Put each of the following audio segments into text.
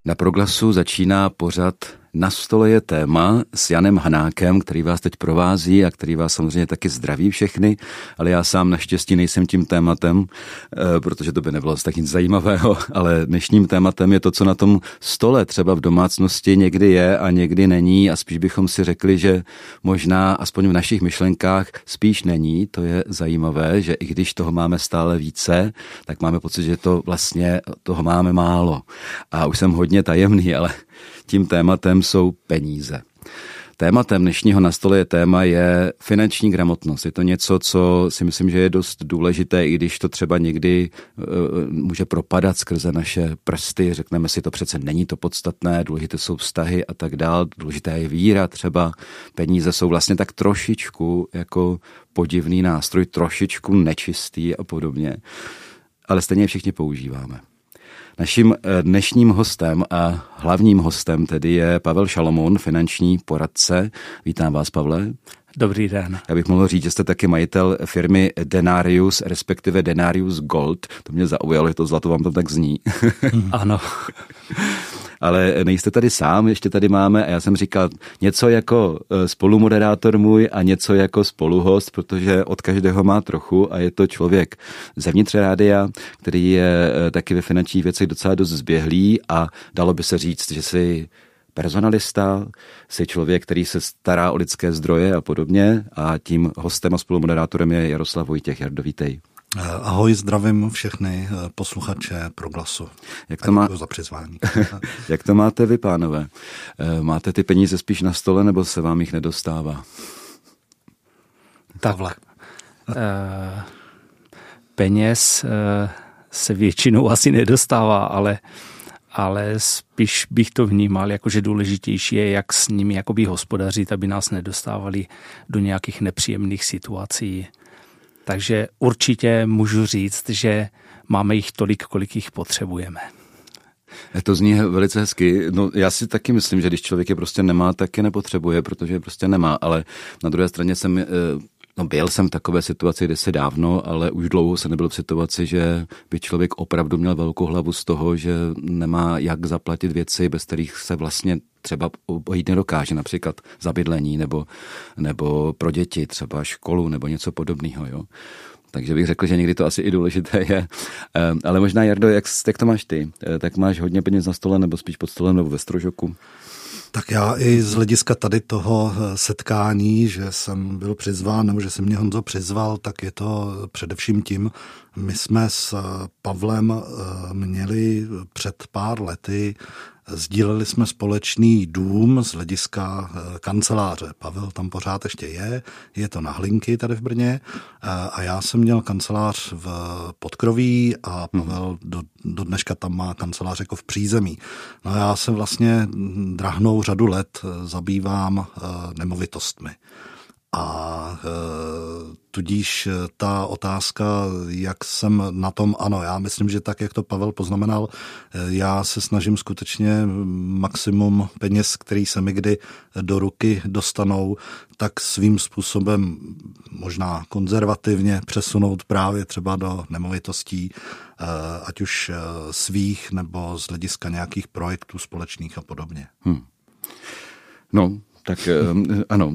Na Proglasu začíná pořad Na stole je téma s Janem Hanákem, který vás teď provází a který vás samozřejmě taky zdraví všechny, ale já sám naštěstí nejsem tím tématem, protože to by nebylo tak nic zajímavého, ale dnešním tématem je to, co na tom stole třeba v domácnosti někdy je a někdy není a spíš bychom si řekli, že možná aspoň v našich myšlenkách spíš není. To je zajímavé, že i když toho máme stále více, tak máme pocit, že to vlastně toho máme málo. A už jsem hodně tajemný, ale tím tématem jsou peníze. Tématem dnešního Na stole je téma je finanční gramotnost. Je to něco, co si myslím, že je dost důležité, i když to třeba někdy může propadat skrze naše prsty. Řekneme si, to přece není to podstatné, důležité jsou vztahy a tak dál, důležité je víra třeba. Peníze jsou vlastně tak trošičku jako podivný nástroj, trošičku nečistý a podobně. Ale stejně je všichni používáme. Naším dnešním hostem a hlavním hostem tedy je Pavel Šalomoun, finanční poradce. Vítám vás, Pavle. Dobrý den. Já bych mohl říct, že jste taky majitel firmy Denarius, respektive Denarius Gold. To mě zaujalo, že to zlato vám tam tak zní. Ano. Ale nejste tady sám, ještě tady máme, a já jsem říkal, něco jako spolumoderátor můj a něco jako spoluhost, protože od každého má trochu a je to člověk zevnitř rádia, který je taky ve finančních věcech docela dost zběhlý a dalo by se říct, že si personalista, jsi člověk, který se stará o lidské zdroje a podobně a tím hostem a spolumoderátorem je Jaroslav Vojtěch. Jardo, vítej. Ahoj, zdravím všechny posluchače Proglasu. Děkuji za přizvání. Jak to máte vy, pánové? Máte ty peníze spíš na stole, nebo se vám jich nedostává? Takhle. Peněz se většinou asi nedostává, ale spíš bych to vnímal, jakože důležitější je, jak s nimi jakoby hospodařit, aby nás nedostávali do nějakých nepříjemných situací. Takže určitě můžu říct, že máme jich tolik, kolik jich potřebujeme. To zní velice hezky. No, já si taky myslím, že když člověk je prostě nemá, tak je nepotřebuje, protože je prostě nemá. Ale na druhé straně byl jsem v takové situaci kdysi dávno, ale už dlouho jsem nebyl v situaci, že by člověk opravdu měl velkou hlavu z toho, že nemá jak zaplatit věci, bez kterých se vlastně třeba obejít nedokáže, například za bydlení nebo pro děti, třeba školu nebo něco podobného. Jo? Takže bych řekl, že někdy to asi i důležité je. Ale možná, Jardo, jak to máš ty? Tak máš hodně peněz na stole nebo spíš pod stolem nebo ve strožoku? Tak já i z hlediska tady toho setkání, že jsem byl přizván, nebo že se mě Honzo přizval, tak je to především tím, my jsme s Pavlem měli před pár lety, sdíleli jsme společný dům z hlediska kanceláře. Pavel tam pořád ještě je to na Hlinky tady v Brně a já jsem měl kancelář v Podkroví a Pavel do dneška tam má kancelář jako v přízemí. No a já se vlastně drahnou řadu let zabývám nemovitostmi. A tudíž ta otázka, jak jsem na tom, ano, já myslím, že tak, jak to Pavel poznamenal, já se snažím skutečně maximum peněz, který se mi kdy do ruky dostanou, tak svým způsobem možná konzervativně přesunout právě třeba do nemovitostí, ať už svých nebo z hlediska nějakých projektů společných a podobně. No, tak ano.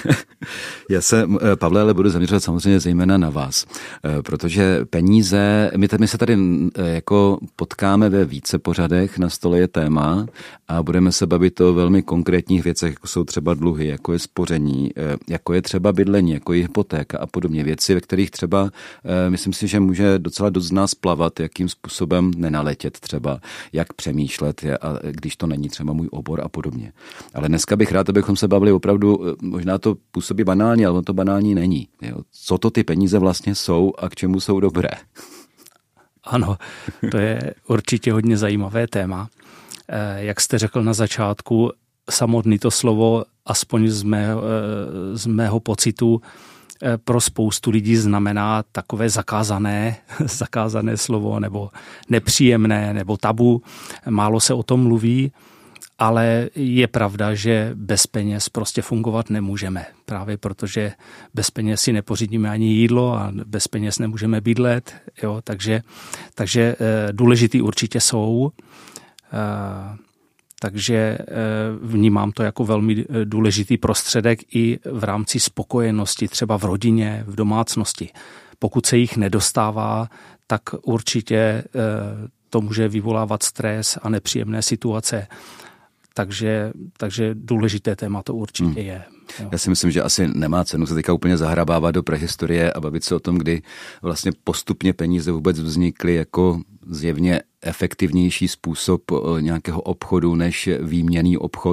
Já se, Pavle, ale budu zaměřovat samozřejmě zejména na vás, protože peníze, my se tady jako potkáme ve více pořadech, Na stole je téma a budeme se bavit o velmi konkrétních věcech, jako jsou třeba dluhy, jako je spoření, jako je třeba bydlení, jako je hypotéka a podobně věci, ve kterých třeba, myslím si, že může docela dost z nás plavat, jakým způsobem nenaletět třeba, jak přemýšlet, když to není třeba můj obor a podobně. Ale dneska bych rád, abychom se bavili opravdu, možná to působí banálně, ale to banální není. Jo. Co to ty peníze vlastně jsou a k čemu jsou dobré? Ano, to je určitě hodně zajímavé téma. Jak jste řekl na začátku, samotný to slovo, aspoň z mého pocitu, pro spoustu lidí znamená takové zakázané slovo, nebo nepříjemné, nebo tabu. Málo se o tom mluví. Ale je pravda, že bez peněz prostě fungovat nemůžeme. Právě protože bez peněz si nepořídíme ani jídlo a bez peněz nemůžeme bydlet. Jo? Takže důležitý určitě jsou. Takže vnímám to jako velmi důležitý prostředek i v rámci spokojenosti, třeba v rodině, v domácnosti. Pokud se jich nedostává, tak určitě to může vyvolávat stres a nepříjemné situace. Takže důležité téma to určitě je. Jo. Já si myslím, že asi nemá cenu se teďka úplně zahrabávat do prehistorie a bavit se o tom, kdy vlastně postupně peníze vůbec vznikly jako zjevně efektivnější způsob nějakého obchodu než výměnný obchod.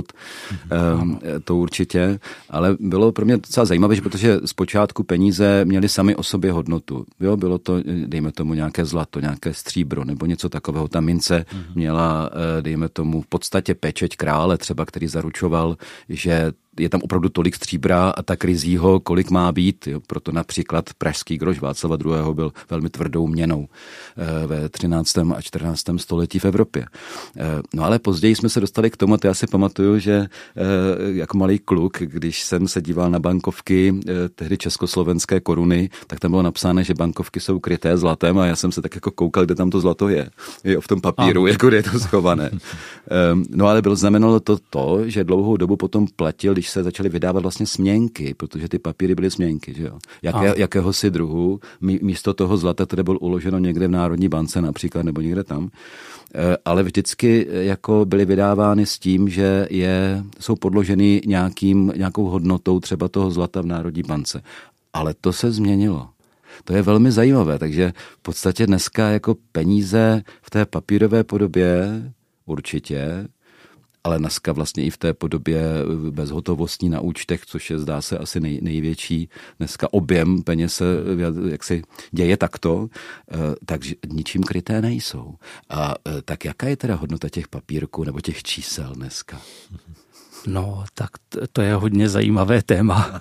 To určitě, ale bylo pro mě docela zajímavé, protože zpočátku peníze měly sami o sobě hodnotu. Jo, bylo to, dejme tomu, nějaké zlato, nějaké stříbro nebo něco takového. Ta mince měla, dejme tomu, v podstatě pečeť krále třeba, který zaručoval, že je tam opravdu tolik stříbra a tak rizího, kolik má být. Jo. Proto například pražský groš Václava II. Byl velmi tvrdou měnou ve 13. a 14. století v Evropě. No ale později jsme se dostali k tomu, já si pamatuju, že jako malý kluk, když jsem se díval na bankovky tehdy československé koruny, tak tam bylo napsáno, že bankovky jsou kryté zlatem a já jsem se tak jako koukal, kde tam to zlato je. Jo, v tom papíru, jako kde je to schované. No ale znamenalo to, že dlouhou dobu potom platil, když se začaly vydávat vlastně směnky, protože ty papíry byly směnky, že jo. Jakéhosi druhu, místo toho zlata, které bylo uloženo někde v Národní bance například, nebo někde tam, ale vždycky jako byly vydávány s tím, že jsou podloženy nějakou hodnotou třeba toho zlata v Národní bance. Ale to se změnilo. To je velmi zajímavé, takže v podstatě dneska jako peníze v té papírové podobě určitě, ale dneska vlastně i v té podobě bezhotovostní na účtech, což je, zdá se, asi největší dneska objem peněz se jaksi děje takto, takže ničím kryté nejsou. A tak jaká je teda hodnota těch papírků nebo těch čísel dneska? No, tak to je hodně zajímavé téma.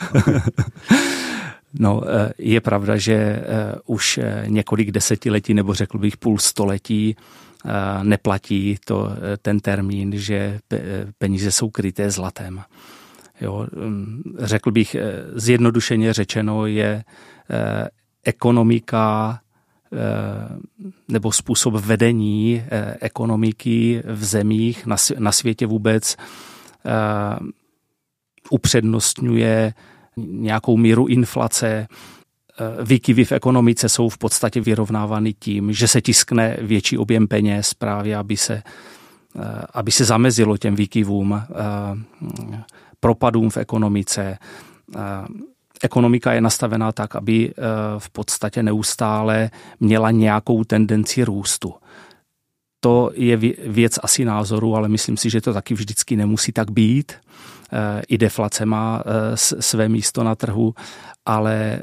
No, je pravda, že už několik desetiletí, nebo řekl bych půl století, neplatí ten termín, že peníze jsou kryté zlatem. Jo, řekl bych, zjednodušeně řečeno, je ekonomika nebo způsob vedení ekonomiky v zemích na světě vůbec upřednostňuje nějakou míru inflace. Výkyvy v ekonomice jsou v podstatě vyrovnávány tím, že se tiskne větší objem peněz právě, aby se zamezilo těm výkyvům, propadům v ekonomice. Ekonomika je nastavená tak, aby v podstatě neustále měla nějakou tendenci růstu. To je věc asi názoru, ale myslím si, že to taky vždycky nemusí tak být. I deflace má své místo na trhu, ale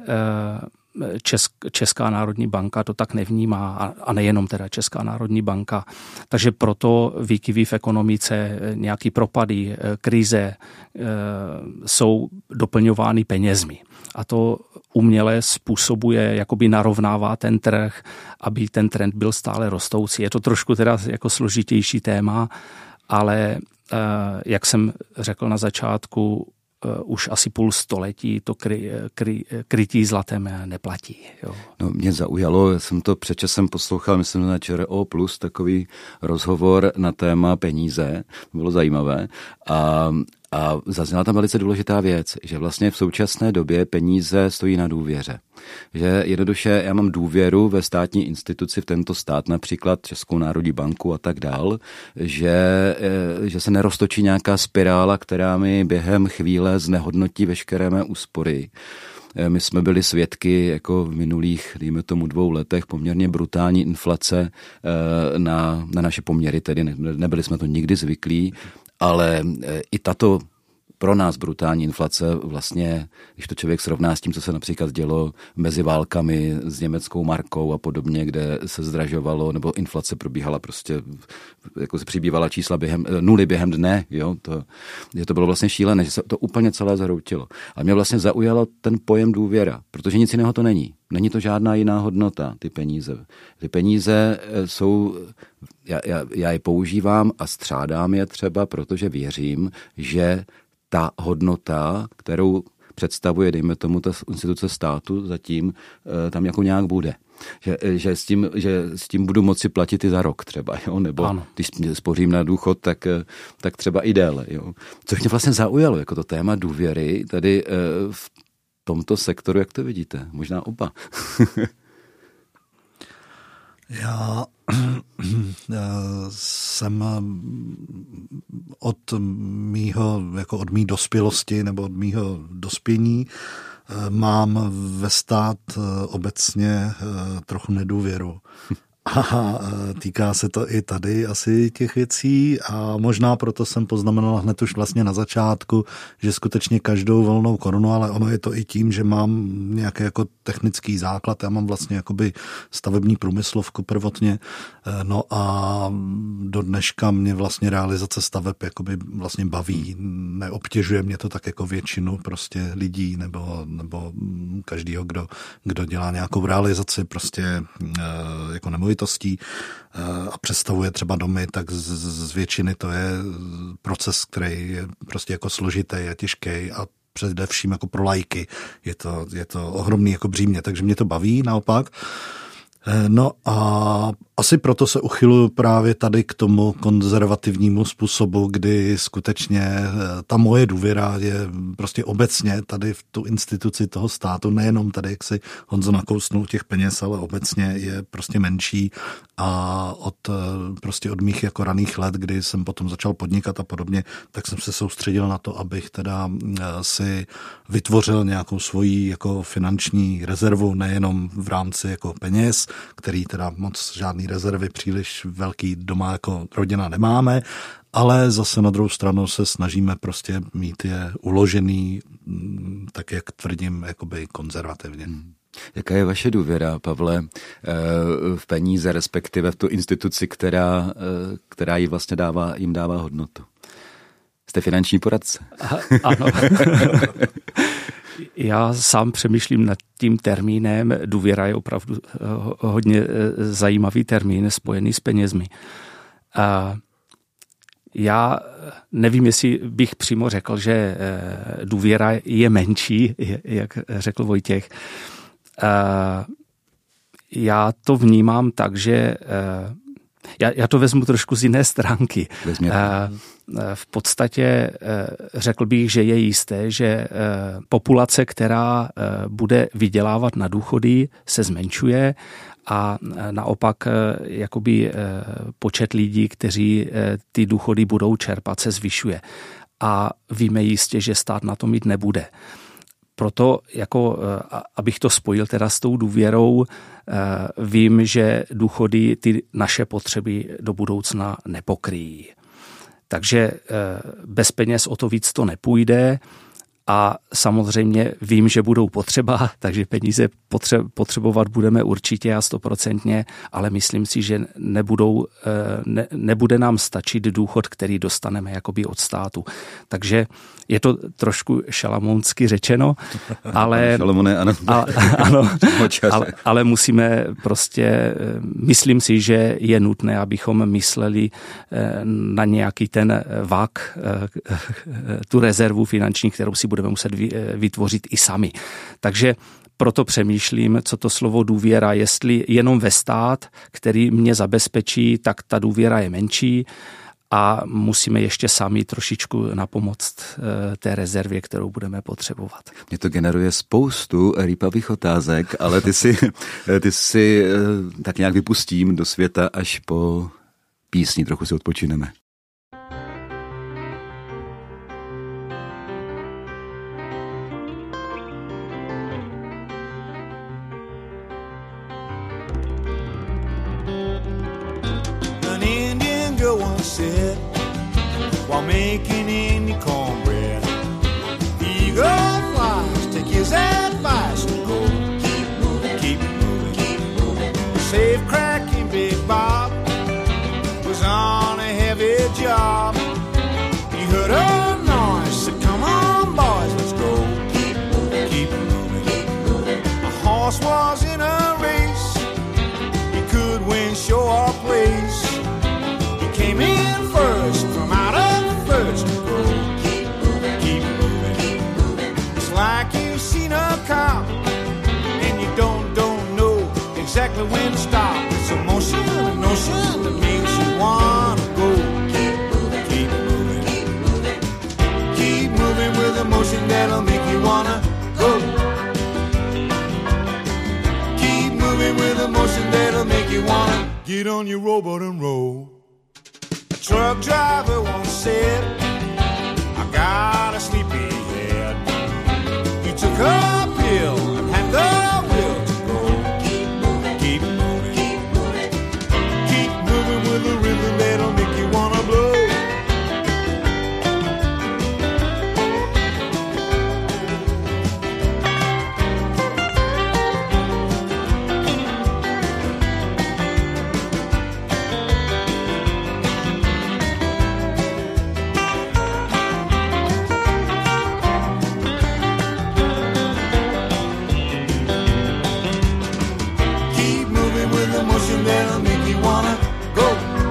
Česká národní banka to tak nevnímá a nejenom teda Česká národní banka. Takže proto výkyvy v ekonomice, nějaký propady, krize jsou doplňovány penězmi. A to uměle způsobuje, jakoby narovnává ten trh, aby ten trend byl stále rostoucí. Je to trošku teda jako složitější téma, ale jak jsem řekl na začátku, už asi půl století to krytí zlatem neplatí. Jo. No, mě zaujalo, já jsem to před časem poslouchal, myslím na ČRO+, takový rozhovor na téma peníze, to bylo zajímavé a zazněla tam velice důležitá věc, že vlastně v současné době peníze stojí na důvěře. Že jednoduše já mám důvěru ve státní instituci, v tento stát, například Českou národní banku a tak dál, že se neroztočí nějaká spirála, která mi během chvíle znehodnotí veškeré mé úspory. My jsme byli svědky jako v minulých, dejme tomu 2 letech, poměrně brutální inflace na naše poměry, tedy nebyli jsme to nikdy zvyklí, ale i tato pro nás brutální inflace vlastně, když to člověk srovná s tím, co se například dělo mezi válkami s německou markou a podobně, kde se zdražovalo, nebo inflace probíhala prostě, jako se přibývala čísla nuly během dne, jo, to bylo vlastně šílené, že se to úplně celé zhroutilo. A mě vlastně zaujalo ten pojem důvěra, protože nic jiného to není. Není to žádná jiná hodnota, ty peníze. Ty peníze jsou, já je používám a střádám je třeba, protože věřím, že ta hodnota, kterou představuje, dejme tomu, ta instituce státu, zatím tam jako nějak bude. Že s tím budu moci platit i za rok třeba, jo? Nebo ano. Když spořím na důchod, tak třeba i déle. Jo? Což mě vlastně zaujalo, jako to téma důvěry tady v tomto sektoru, jak to vidíte? Možná oba. Já jsem od mý dospělosti nebo od mýho dospění mám ve stát obecně trochu nedůvěru. A týká se to i tady asi těch věcí a možná proto jsem poznamenal hned už vlastně na začátku, že skutečně každou volnou korunu, ale ono je to i tím, že mám nějaký jako technický základ, já mám vlastně jakoby stavební průmyslovku prvotně, no a do dneška mě vlastně realizace staveb jakoby vlastně baví, neobtěžuje mě to tak jako většinu prostě lidí nebo každýho, kdo dělá nějakou realizaci prostě jako nemovitostí a představuje třeba domy, tak z většiny to je proces, který je prostě jako složitý a těžký a především jako pro laiky je to ohromný jako břímě, takže mě to baví naopak. No a asi proto se uchyluju právě tady k tomu konzervativnímu způsobu, kdy skutečně ta moje důvěra je prostě obecně tady v tu instituci toho státu, nejenom tady, jak si Honzo nakousnul těch peněz, ale obecně je prostě menší a od mých jako raných let, kdy jsem potom začal podnikat a podobně, tak jsem se soustředil na to, abych teda si vytvořil nějakou svoji jako finanční rezervu, nejenom v rámci jako peněz, který teda moc žádný rezervy příliš velký doma jako rodina nemáme, ale zase na druhou stranu se snažíme prostě mít je uložený, tak jak tvrdím, jakoby konzervativně. Jaká je vaše důvěra, Pavle, v peníze, respektive v tu instituci, která jí vlastně jim dává hodnotu? Jste finanční poradce. Ano. Já sám přemýšlím nad tím termínem. Důvěra je opravdu hodně zajímavý termín spojený s penězmi. Já nevím, jestli bych přímo řekl, že důvěra je menší, jak řekl Vojtěch. Já to vnímám tak, že já to vezmu trošku z jiné stránky. V podstatě řekl bych, že je jisté, že populace, která bude vydělávat na důchody, se zmenšuje a naopak jakoby počet lidí, kteří ty důchody budou čerpat, se zvyšuje. A víme jistě, že stát na to mít nebude. Proto, jako, abych to spojil teda s tou důvěrou, vím, že důchody ty naše potřeby do budoucna nepokryjí. Takže bez peněz o to víc to nepůjde a samozřejmě vím, že budou potřeba, takže peníze potřebovat budeme určitě a 100%, ale myslím si, že nebude nám stačit důchod, který dostaneme jakoby od státu. Takže je to trošku šalamounsky řečeno, ale, ale musíme prostě, myslím si, že je nutné, abychom mysleli na nějaký ten vak, tu rezervu finanční, kterou si budeme muset vytvořit i sami. Takže proto přemýšlím, co to slovo důvěra, jestli jenom ve stát, který mě zabezpečí, tak ta důvěra je menší a musíme ještě sami trošičku napomoct té rezervě, kterou budeme potřebovat. Mě to generuje spoustu rýpavých otázek, ale ty si tak nějak vypustím do světa až po písni, trochu si odpočineme. Said while making Indian cornbread, eagle flies, take his advice and go. Keep moving, keep moving, keep moving. Safe cracking Big Bob was on a heavy job. He heard a noise, said, "Come on, boys, let's go." Keep moving, keep moving, keep moving. A horse was in a race, he could win, show or place. Came in first from out of first to go. exactly when to stop. It's a motion that makes you wanna go. Keep moving, keep moving, keep moving. Keep moving with a motion that'll make you wanna go. Keep moving with a motion that'll make you wanna get on your rowboat and roll. A truck driver once said, I got a sleepy head. He took a pill and had the will to go. Keep moving, keep moving, keep moving. Keep moving with a rhythm that'll make you wanna blow. That'll make you wanna go.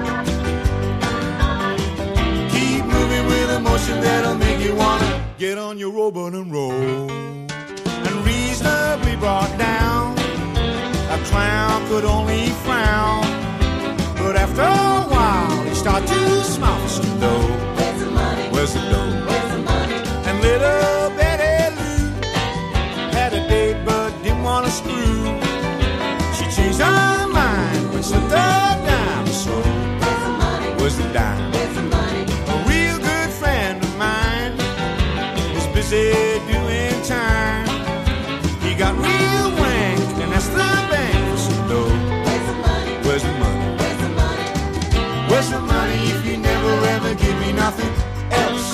Keep moving with a motion that'll make you wanna get on your rowboat and roll. And reasonably brought down, a clown could only frown, but after a while he started to smile for some dough. Where's the money? Where's the dough? Where's the money? And little Betty Lou had a date but didn't wanna screw. She changed her mind. Slipped her down the slow. Where's the money? Where's the dime? Where's the money? A real good friend of mine was busy doing time. He got real wank and asked the bank for some dough. Where's the money? Where's the money? Where's the money? Where's the money if you never ever give me nothing else?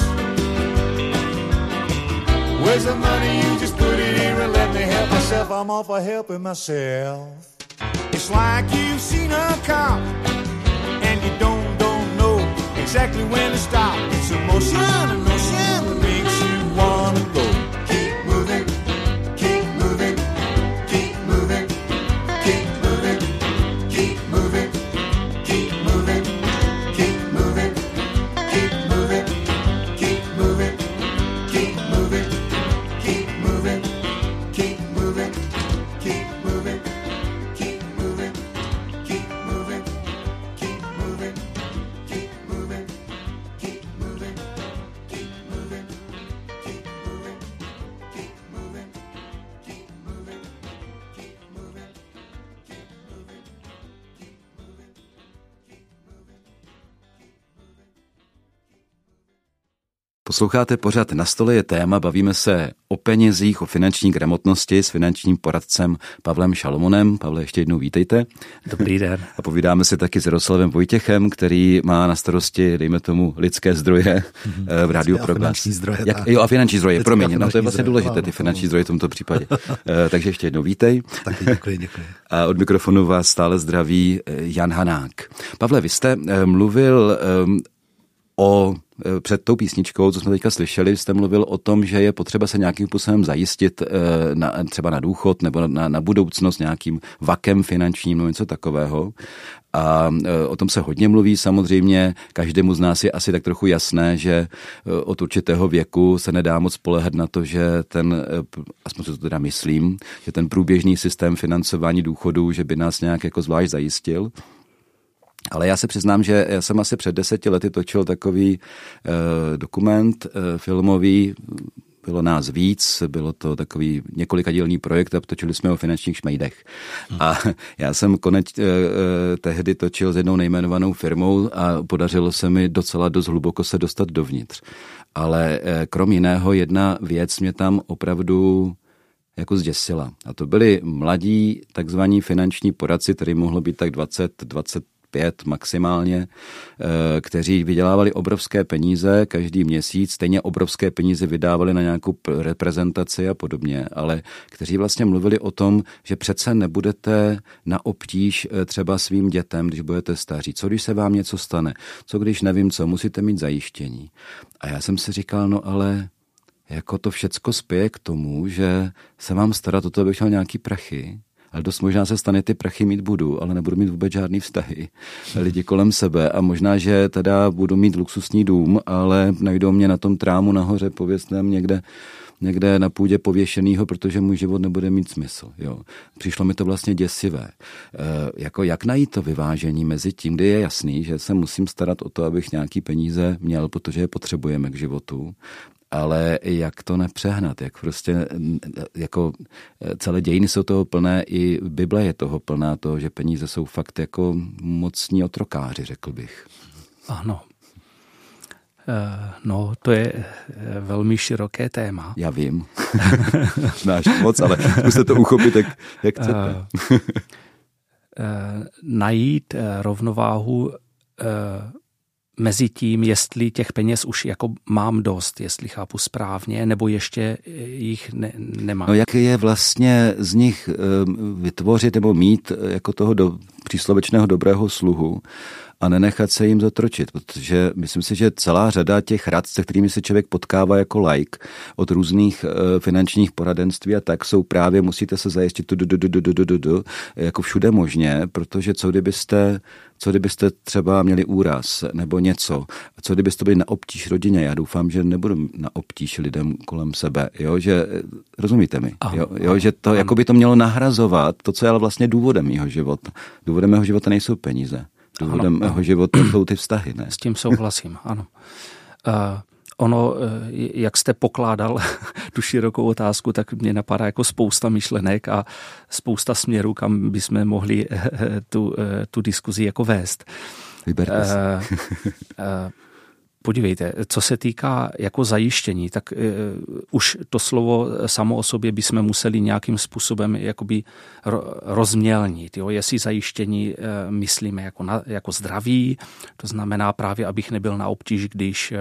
Where's the money? You just put it here and let me help myself. I'm all for helping myself. It's like you've seen a cop and you don't know exactly when to stop. It's a motion that makes you wanna go. Keep moving, keep moving, keep moving, keep moving, keep moving, keep moving, keep moving, keep moving, keep moving, keep moving, keep moving, keep moving, keep moving. Posloucháte pořad Na stole je téma, bavíme se o penězích, o finanční gramotnosti s finančním poradcem Pavlem Šalomonem. Pavle, ještě jednou vítejte. Dobrý den. A povídáme si taky s Jaroslavem Vojtěchem, který má na starosti, dejme tomu, lidské zdroje v Rádiu Proglas. Finanční zdroje. Jo, a finanční zdroje, promiň, no to je vlastně důležité, ty finanční zdroje v tomto případě. Takže ještě jednou vítej. Taky děkuji. A od mikrofonu vás stále zdraví Jan Hanák. Pavle, vy jste mluvil před tou písničkou, co jsme teďka slyšeli, jste mluvil o tom, že je potřeba se nějakým způsobem zajistit třeba na důchod nebo na budoucnost nějakým vakem finančním nebo něco takového. A o tom se hodně mluví samozřejmě. Každému z nás je asi tak trochu jasné, že od určitého věku se nedá moc spoléhat na to, že aspoň se to teda myslím, že ten průběžný systém financování důchodů, že by nás nějak jako zvlášť zajistil. Ale já se přiznám, že já jsem asi před 10 lety točil takový dokument filmový, bylo nás víc, bylo to takový několikadílný projekt a točili jsme o finančních šmejdech. A já jsem tehdy točil s jednou nejmenovanou firmou a podařilo se mi docela dost hluboko se dostat dovnitř. Ale krom jiného jedna věc mě tam opravdu jako zděsila. A to byli mladí takzvaní finanční poradci, který mohlo být tak 25 maximálně, kteří vydělávali obrovské peníze každý měsíc, stejně obrovské peníze vydávali na nějakou reprezentaci a podobně, ale kteří vlastně mluvili o tom, že přece nebudete na obtíž třeba svým dětem, když budete staří. Co když se vám něco stane? Co když nevím co? Musíte mít zajištění. A já jsem si říkal, no ale jako to všecko spěje k tomu, že se mám starat o to, abych měl nějaký prachy Ale dost možná se stane, ty prachy mít budu, ale nebudu mít vůbec žádný vztahy. Lidi kolem sebe a možná, že teda budu mít luxusní dům, ale najdou mě na tom trámu nahoře, pověstném někde na půdě pověšenýho, protože můj život nebude mít smysl. Jo. Přišlo mi to vlastně děsivé. Jak najít to vyvážení mezi tím, kdy je jasný, že se musím starat o to, abych nějaký peníze měl, protože je potřebujeme k životu, ale jak to nepřehnat, jak prostě jako celé dějiny jsou toho plné, i Bible je toho plná, toho, že peníze jsou fakt jako mocní otrokáři, řekl bych. Ano. No, to je velmi široké téma. Já vím. Znáš moc, ale zkuste to uchopit, jak chcete. Najít rovnováhu mezi tím, jestli těch peněz už jako mám dost, jestli chápu správně, nebo ještě jich nemám. No jak je vlastně z nich vytvořit nebo mít jako toho příslovečného dobrého sluhu a nenechat se jim zotročit, protože myslím si, že celá řada těch rad, se kterými se člověk potkává jako laik od různých finančních poradenství a tak jsou právě, musíte se zajistit jako všude možně, protože co kdybyste třeba měli úraz nebo něco, co kdybyste byli na obtíž rodině, já doufám, že nebudu na obtíž lidem kolem sebe, jo, že rozumíte mi, jo, že to jako by to mělo nahrazovat to, co je ale vlastně důvodem mého života. Důvodem mého života nejsou peníze. Důvodem mého života jsou ty vztahy, ne? S tím souhlasím, ano. Ono, jak jste pokládal tu širokou otázku, tak mě napadá jako spousta myšlenek a spousta směrů, kam bychom mohli tu diskuzi jako vést. Vyberte se. Podívejte, co se týká jako zajištění, tak už to slovo samo o sobě bychom museli nějakým způsobem jakoby rozmělnit. Jo? Jestli zajištění myslíme jako zdraví, to znamená právě, abych nebyl na obtíž, když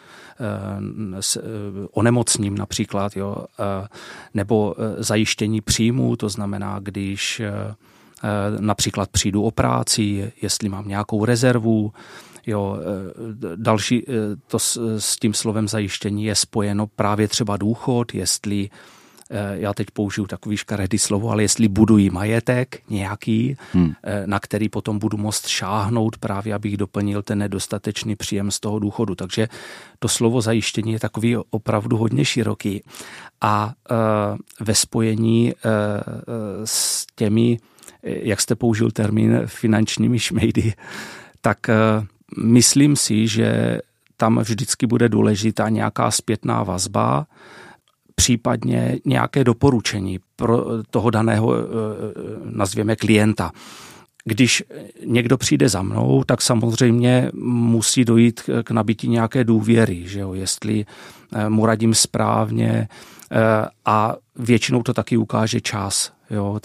onemocním například, jo? Nebo zajištění příjmu, to znamená, když například přijdu o práci, jestli mám nějakou rezervu. Jo, další, to s tím slovem zajištění je spojeno právě třeba důchod, jestli, já teď použiju takový škaredý slovo, ale jestli buduji majetek nějaký, na který potom budu moct šáhnout právě, abych doplnil ten nedostatečný příjem z toho důchodu. Takže to slovo zajištění je takový opravdu hodně široký. A ve spojení s těmi, jak jste použil termín, finančními šmejdy, tak myslím si, že tam vždycky bude důležitá nějaká zpětná vazba, případně nějaké doporučení pro toho daného, nazvěme, klienta. Když někdo přijde za mnou, tak samozřejmě musí dojít k nabití nějaké důvěry, že jo? Jestli mu radím správně a většinou to taky ukáže čas. Jo?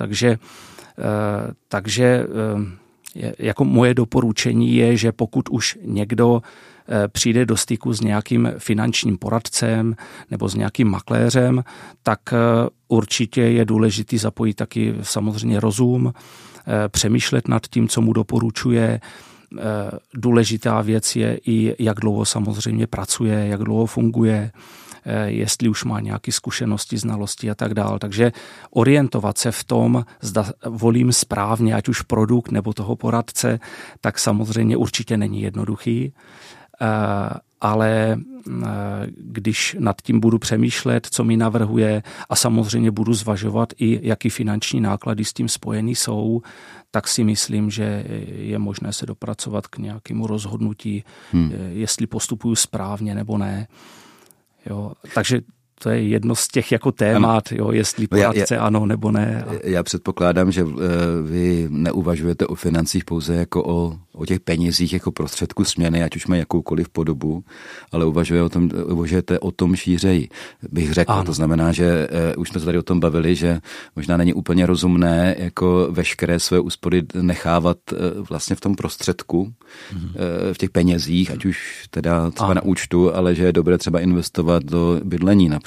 Takže jako moje doporučení je, že pokud už někdo přijde do styku s nějakým finančním poradcem nebo s nějakým makléřem, tak určitě je důležitý zapojit taky samozřejmě rozum, přemýšlet nad tím, co mu doporučuje. Důležitá věc je i, jak dlouho samozřejmě pracuje, jak dlouho funguje, jestli už má nějaké zkušenosti, znalosti a tak dále. Takže orientovat se v tom, zda volím správně, ať už produkt nebo toho poradce, tak samozřejmě určitě není jednoduchý. Ale když nad tím budu přemýšlet, co mi navrhuje a samozřejmě budu zvažovat i, jaký finanční náklady s tím spojený jsou, tak si myslím, že je možné se dopracovat k nějakému rozhodnutí, jestli postupuju správně nebo ne. Jo, takže to je jedno z těch jako témat, jo, jestli poradce ano nebo ne. Já předpokládám, že vy neuvažujete o financích pouze jako o těch penězích jako prostředku směny, ať už mají jakoukoliv podobu, ale uvažujete o tom šířeji, bych řekl. Ano. To znamená, že už jsme se tady o tom bavili, že možná není úplně rozumné jako veškeré své úspory nechávat vlastně v tom prostředku, v těch penězích, ať už teda třeba na účtu, ale že je dobré třeba investovat do bydlení například.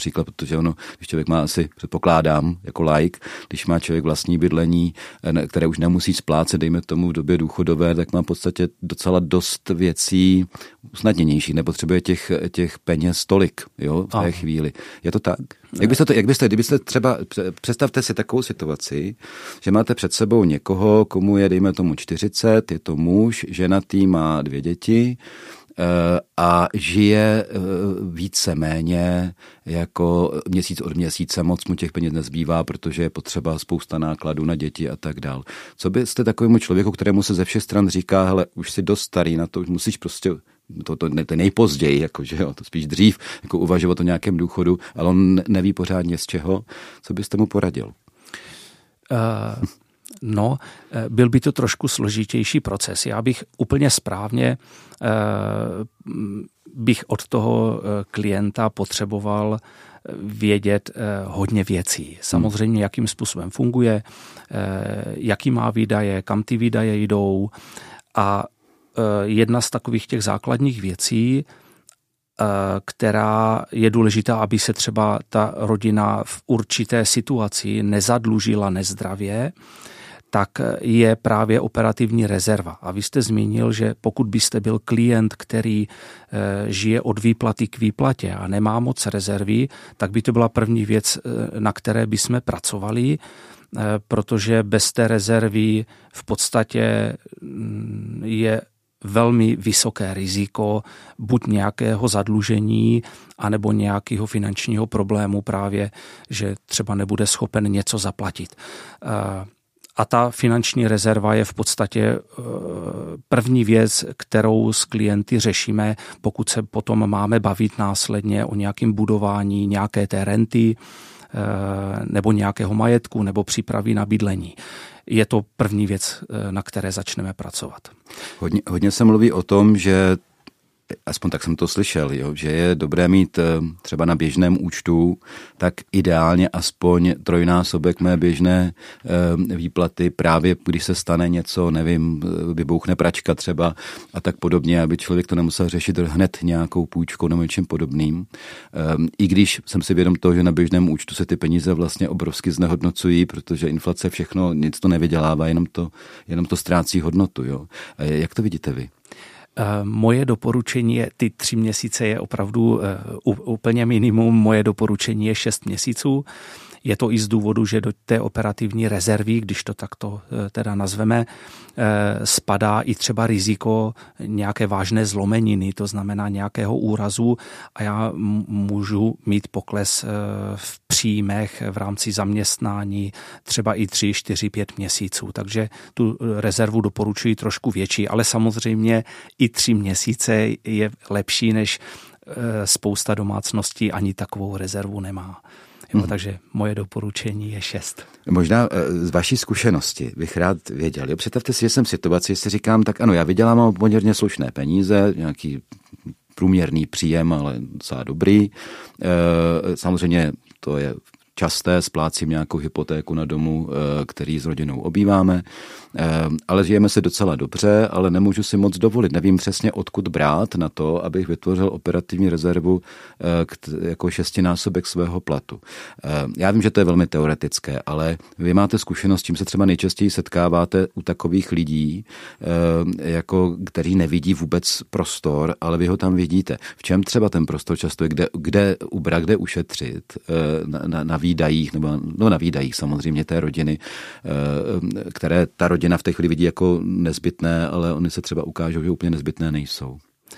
například, protože ono, když člověk má asi, předpokládám, jako laik, když má člověk vlastní bydlení, které už nemusí splácet, dejme tomu v době důchodové, tak má v podstatě docela dost věcí usnadněnější, nepotřebuje těch peněz tolik, jo, v té chvíli. Je to tak? Kdybyste třeba, představte si takovou situaci, že máte před sebou někoho, komu je, dejme tomu 40, je to muž, ženatý, má 2 děti a žije víceméně jako měsíc od měsíce, moc mu těch peněz nezbývá, protože je potřeba spousta nákladů na děti a tak dál. Co byste takovému člověku, kterému se ze všech stran říká, hele, už jsi dost starý na to, už musíš prostě to nejpozději, jako, že jo, to spíš dřív, jako uvažovat o nějakém důchodu, ale on neví pořádně z čeho. Co byste mu poradil? No, byl by to trošku složitější proces. Já bych úplně správně bych od toho klienta potřeboval vědět hodně věcí. Samozřejmě, jakým způsobem funguje, jaký má výdaje, kam ty výdaje jdou. A jedna z takových těch základních věcí, která je důležitá, aby se třeba ta rodina v určité situaci nezadlužila nezdravě, tak je právě operativní rezerva. A vy jste zmínil, že pokud byste byl klient, který žije od výplaty k výplatě a nemá moc rezervy, tak by to byla první věc, na které bychom pracovali, protože bez té rezervy v podstatě je velmi vysoké riziko buď nějakého zadlužení, anebo nějakého finančního problému právě, že třeba nebude schopen něco zaplatit. A ta finanční rezerva je v podstatě první věc, kterou s klienty řešíme, pokud se potom máme bavit následně o nějakém budování nějaké té renty nebo nějakého majetku nebo přípravy na bydlení. Je to první věc, na které začneme pracovat. Hodně se mluví o tom, že aspoň tak jsem to slyšel, jo, že je dobré mít třeba na běžném účtu tak ideálně aspoň 3násobek mé běžné výplaty, právě když se stane něco, nevím, vybouchne pračka třeba a tak podobně, aby člověk to nemusel řešit hned nějakou půjčkou nebo něčím podobným. I když jsem si vědom toho, že na běžném účtu se ty peníze vlastně obrovsky znehodnocují, protože inflace všechno, nic to nevydělává, jenom to ztrácí hodnotu. Jo. Jak to vidíte vy? Moje doporučení je, ty 3 měsíce je opravdu úplně minimum, moje doporučení je 6 měsíců. Je to i z důvodu, že do té operativní rezervy, když to takto teda nazveme, spadá i třeba riziko nějaké vážné zlomeniny, to znamená nějakého úrazu a já můžu mít pokles v příjmech v rámci zaměstnání třeba i 3, 4, 5 měsíců. Takže tu rezervu doporučuji trošku větší, ale samozřejmě i 3 měsíce je lepší, než spousta domácností ani takovou rezervu nemá. Takže moje doporučení je 6. Možná z vaší zkušenosti bych rád věděl. Jo, představte si, že jsem v situaci, že si říkám, tak ano, já vydělám poměrně slušné peníze, nějaký průměrný příjem, ale docela dobrý. Samozřejmě to je časté, splácím nějakou hypotéku na domu, který s rodinou obýváme, ale žijeme si docela dobře, ale nemůžu si moc dovolit. Nevím přesně, odkud brát na to, abych vytvořil operativní rezervu jako 6násobek svého platu. Já vím, že to je velmi teoretické, ale vy máte zkušenost, s čím se třeba nejčastěji setkáváte u takových lidí, jako kteří nevidí vůbec prostor, ale vy ho tam vidíte. V čem třeba ten prostor často je, kde ubrat, kde ušetřit na výdajích, nebo na výdajích samozřejmě té rodiny, které ta rodina v té chvíli vidí jako nezbytné, ale oni se třeba ukážou, že úplně nezbytné nejsou.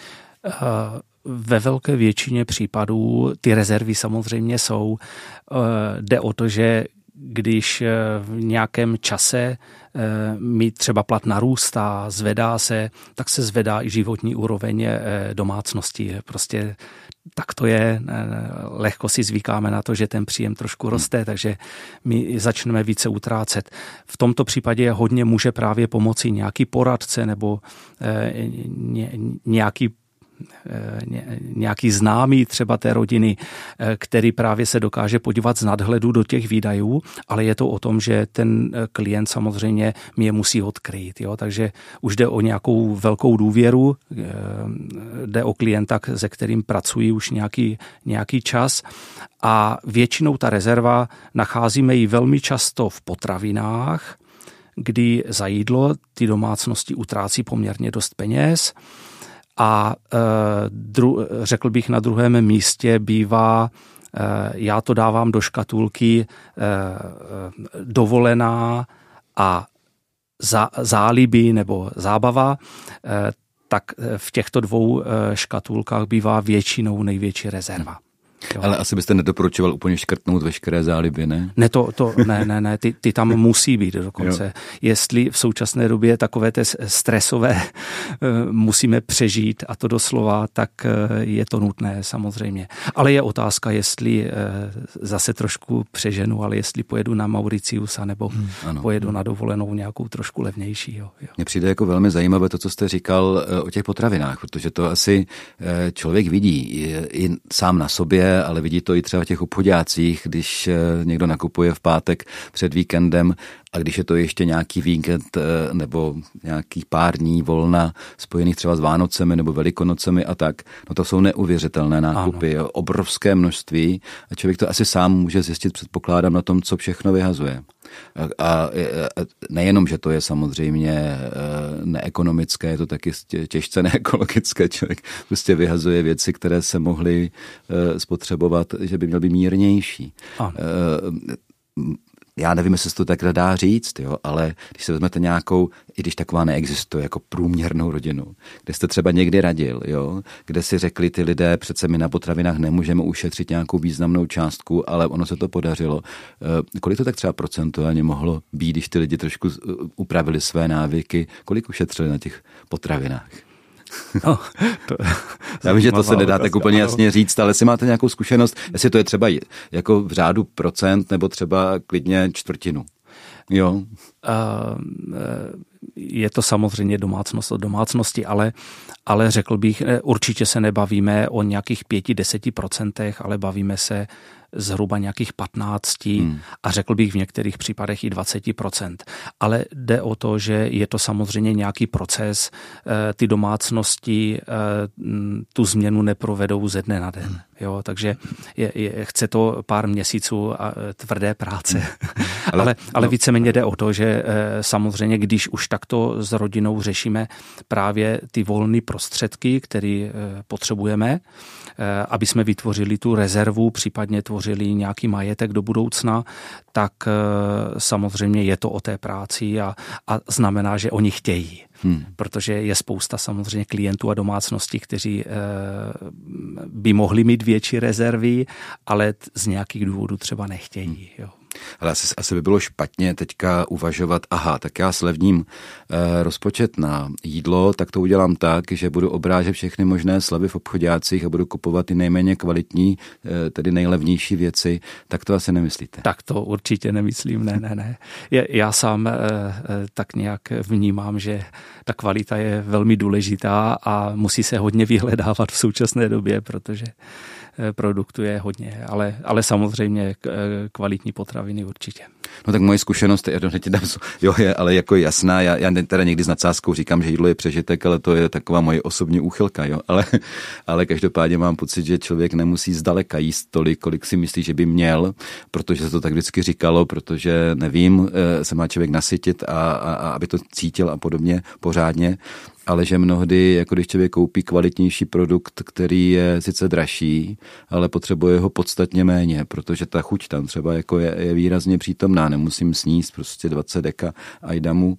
Ve velké většině případů ty rezervy samozřejmě jsou. Jde o to, že když v nějakém čase mi třeba plat narůstá, zvedá se, tak se zvedá i životní úroveň domácnosti. Prostě tak to je, lehko si zvykáme na to, že ten příjem trošku roste, takže my začneme více utrácet. V tomto případě hodně může právě pomoci nějaký poradce nebo nějaký nějaký známý třeba té rodiny, který právě se dokáže podívat z nadhledu do těch výdajů, ale je to o tom, že ten klient samozřejmě mi je musí odkryt. Jo? Takže už jde o nějakou velkou důvěru, jde o klienta, se kterým pracuji už nějaký čas a většinou ta rezerva nacházíme ji velmi často v potravinách, kdy za jídlo ty domácnosti utrácí poměrně dost peněz a řekl bych na druhém místě bývá, já to dávám do škatulky dovolená a záliby nebo zábava, tak v těchto dvou škatulkách bývá většinou největší rezerva. Jo. Ale asi byste nedoporučoval úplně škrtnout veškeré záliby, ne? Ne, ty tam musí být dokonce. Jo. Jestli v současné době takové té stresové musíme přežít, a to doslova, tak je to nutné samozřejmě. Ale je otázka, jestli zase trošku přeženu, ale jestli pojedu na Mauricius, nebo pojedu na dovolenou nějakou trošku levnější. Jo. Mně přijde jako velmi zajímavé to, co jste říkal o těch potravinách, protože to asi člověk vidí i sám na sobě, ale vidí to i třeba v těch obchodácích, když někdo nakupuje v pátek před víkendem a když je to ještě nějaký víkend nebo nějakých pár dní volna spojených třeba s Vánocemi nebo Velikonocemi a tak, no to jsou neuvěřitelné nákupy, obrovské množství a člověk to asi sám může zjistit, předpokládám, na tom, co všechno vyhazuje. A nejenom, že to je samozřejmě neekonomické, je to taky těžce neekologické. Člověk prostě vyhazuje věci, které se mohly spotřebovat, že by měl být mírnější. Já nevím, jestli se to tak dá říct, jo, ale když se vezmete nějakou, i když taková neexistuje, jako průměrnou rodinu, kde jste třeba někdy radil, jo, kde si řekli ty lidé, přece my na potravinách nemůžeme ušetřit nějakou významnou částku, ale ono se to podařilo. Kolik to tak třeba procentuálně mohlo být, když ty lidi trošku upravili své návyky, kolik ušetřili na těch potravinách? No, já vím, že to se nedá tak úplně jasně říct, ale jestli máte nějakou zkušenost, jestli to je třeba jako v řádu procent nebo třeba klidně čtvrtinu. Jo. Je to samozřejmě domácnost od domácnosti, ale řekl bych, určitě se nebavíme o nějakých 5-10%, ale bavíme se zhruba nějakých 15% a řekl bych v některých případech i 20%. Ale jde o to, že je to samozřejmě nějaký proces, ty domácnosti tu změnu neprovedou ze dne na den. Jo, takže chce to pár měsíců a tvrdé práce. Ale víceméně jde o to, že samozřejmě, když už takto s rodinou řešíme právě ty volné prostředky, které potřebujeme, aby jsme vytvořili tu rezervu, případně tvořili nějaký majetek do budoucna, tak samozřejmě je to o té práci a znamená, že oni chtějí. Protože je spousta samozřejmě klientů a domácností, kteří by mohli mít větší rezervy, ale z nějakých důvodů třeba nechtějí. Jo. Ale asi by bylo špatně teďka uvažovat, tak já slevním rozpočet na jídlo, tak to udělám tak, že budu obrážet všechny možné slevy v obchodácích a budu kupovat ty nejméně kvalitní, tedy nejlevnější věci, tak to asi nemyslíte? Tak to určitě nemyslím, ne. Já sám tak nějak vnímám, že ta kvalita je velmi důležitá a musí se hodně vyhledávat v současné době, protože produktů je hodně, ale samozřejmě kvalitní potraviny určitě. No tak moje zkušenost je ale jako jasná, já teda někdy s nadsázkou říkám, že jídlo je přežitek, ale to je taková moje osobní úchylka, jo, ale každopádně mám pocit, že člověk nemusí zdaleka jíst tolik, kolik si myslí, že by měl, protože se to tak vždycky říkalo, protože nevím, se má člověk nasytit a aby to cítil a podobně pořádně, ale že mnohdy, jako když člověk koupí kvalitnější produkt, který je sice dražší, ale potřebuje ho podstatně méně, protože ta chuť tam třeba jako je výrazně přítomná. Nemusím sníst prostě 20 deka ajdamu,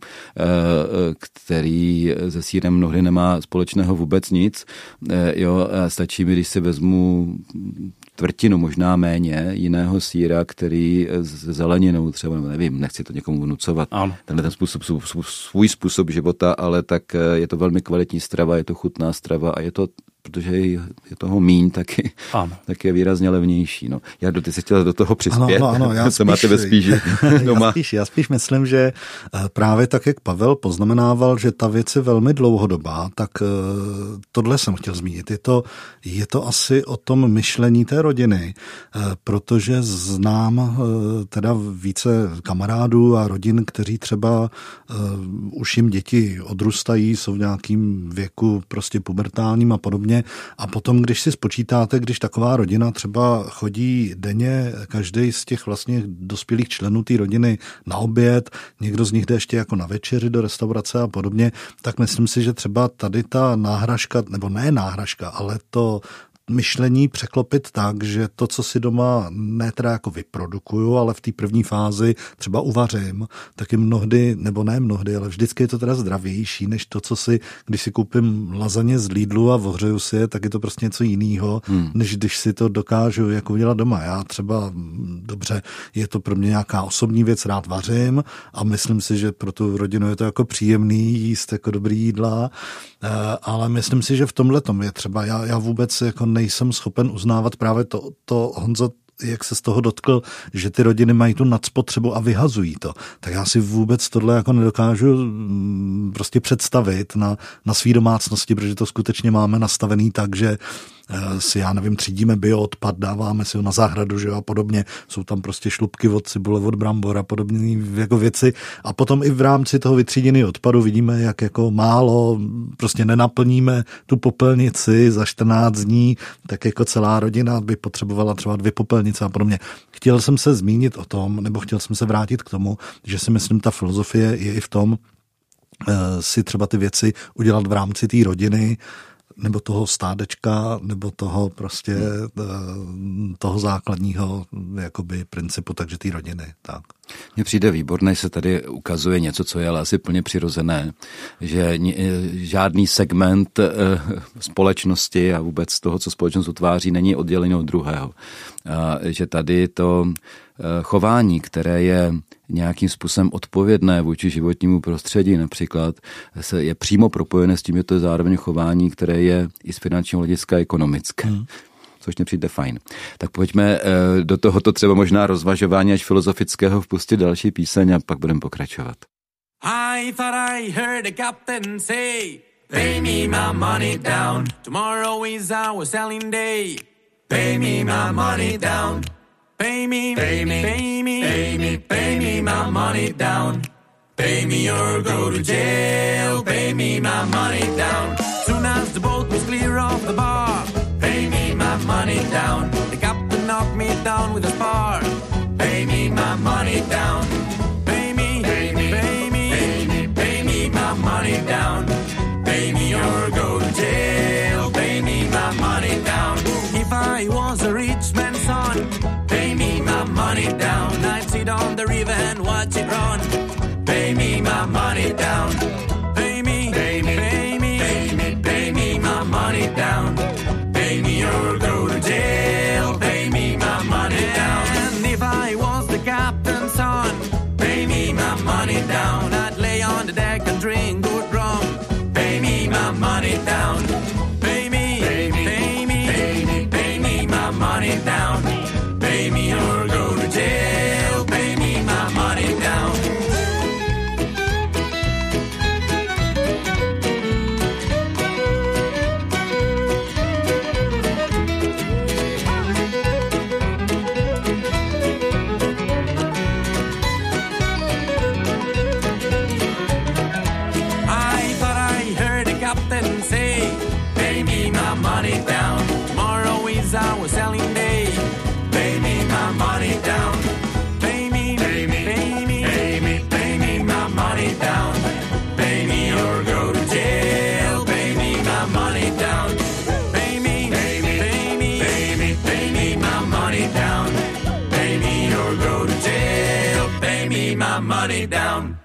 který se sýrem mnohdy nemá společného vůbec nic. Jo, stačí mi, když si vezmu čtvrtinu, možná méně, jiného sýra, který s zeleninou třeba, nevím, nechci to někomu vnucovat. Tenhle ten svůj způsob života, ale tak je to velmi kvalitní strava, je to chutná strava a je to protože je toho míň, tak je výrazně levnější. No. Jardo, ty jsi chtěl do toho přispět? Ano, já se máte ve spíži doma. Já spíš myslím, že právě tak, jak Pavel poznamenával, že ta věc je velmi dlouhodobá, tak tohle jsem chtěl zmínit. Je to asi o tom myšlení té rodiny, protože znám teda více kamarádů a rodin, kteří třeba už jim děti odrůstají, jsou v nějakým věku prostě pubertálním a podobně. A potom, když si spočítáte, když taková rodina třeba chodí denně každý z těch vlastně dospělých členů té rodiny na oběd, někdo z nich jde ještě jako na večeři do restaurace a podobně, tak myslím si, že třeba tady ta náhražka, nebo ne náhražka, ale to myšlení překlopit tak, že to, co si doma ne teda jako vyprodukuju, ale v té první fázi třeba uvařím, tak je mnohdy, nebo ne mnohdy, ale vždycky je to teda zdravější, než to, co si, když si koupím lazaně z Lidlu a ohřeju si je, tak je to prostě něco jiného, než když si to dokážu jako udělat doma. Já třeba, dobře, je to pro mě nějaká osobní věc, rád vařím a myslím si, že pro tu rodinu je to jako příjemný jíst jako dobrý jídla, ale myslím si, že v tomhletom je třeba, já vůbec jako nejsem schopen uznávat právě to Honzo, jak se z toho dotkl, že ty rodiny mají tu nadspotřebu a vyhazují to. Tak já si vůbec tohle jako nedokážu prostě představit na svý domácnosti, protože to skutečně máme nastavený tak, že si, já nevím, třídíme bioodpad, dáváme si ho na zahradu, že jo, a podobně. Jsou tam prostě šlupky od cibule, od brambor a podobné jako věci. A potom i v rámci toho vytříděného odpadu vidíme, jak jako málo prostě nenaplníme tu popelnici za 14 dní, tak jako celá rodina by potřebovala třeba 2 popelnice a podobně. Chtěl jsem se zmínit o tom, nebo chtěl jsem se vrátit k tomu, že si myslím, ta filozofie je i v tom, si třeba ty věci udělat v rámci té rodiny, nebo toho stádečka, nebo toho prostě toho základního jakoby principu, takže té rodiny. Tak. Mně přijde výborné, se tady ukazuje něco, co je ale asi plně přirozené, že žádný segment společnosti a vůbec toho, co společnost utváří, není oddělený od druhého. A že tady to chování, které je nějakým způsobem odpovědné vůči životnímu prostředí například, je přímo propojené s tím, že to je zároveň chování, které je i z finančního hlediska ekonomické. Což mě přijde fajn. Tak pojďme do tohoto třeba možná rozvažování až filozofického vpustit další píseň a pak budeme pokračovat. I thought I heard a captain say, pay me my money down. Tomorrow is our selling day. Pay me my money down. Pay me, pay me, pay me, pay me, pay me my money down. Pay me or go to jail. Pay me my money down. Soon as the boat was clear of the bar, pay me my money down. The captain knocked me down with a spar. Pay me my money down. Pay me, pay me, pay me, pay me, pay me my money down. Pay me or go to jail. Pay me my money down. If I was a rich man's son, pay me my money down. I'd sit on the river and watch it run. Pay me my money down. Pay me, pay me, pay me, pay me, pay me my money down. Pay me or go to jail. Pay me my money down. And if I was the captain's son, pay me my money down. I'd lay on the deck and drink good rum. Pay me my money down. Pay me, pay me, pay me, pay me, pay me my money down. Pay me or go to jail. Pay me my money down. I thought I heard the captain say, pay me my money down. Tomorrow is our selling day. Pay me my money down. Pay me, pay me, pay me, pay me, pay me my money down. Pay me or go to jail. Pay me my money down. Pay me, pay me, pay me, pay me, pay me my money down. Pay me or go to jail. Pay me my money down.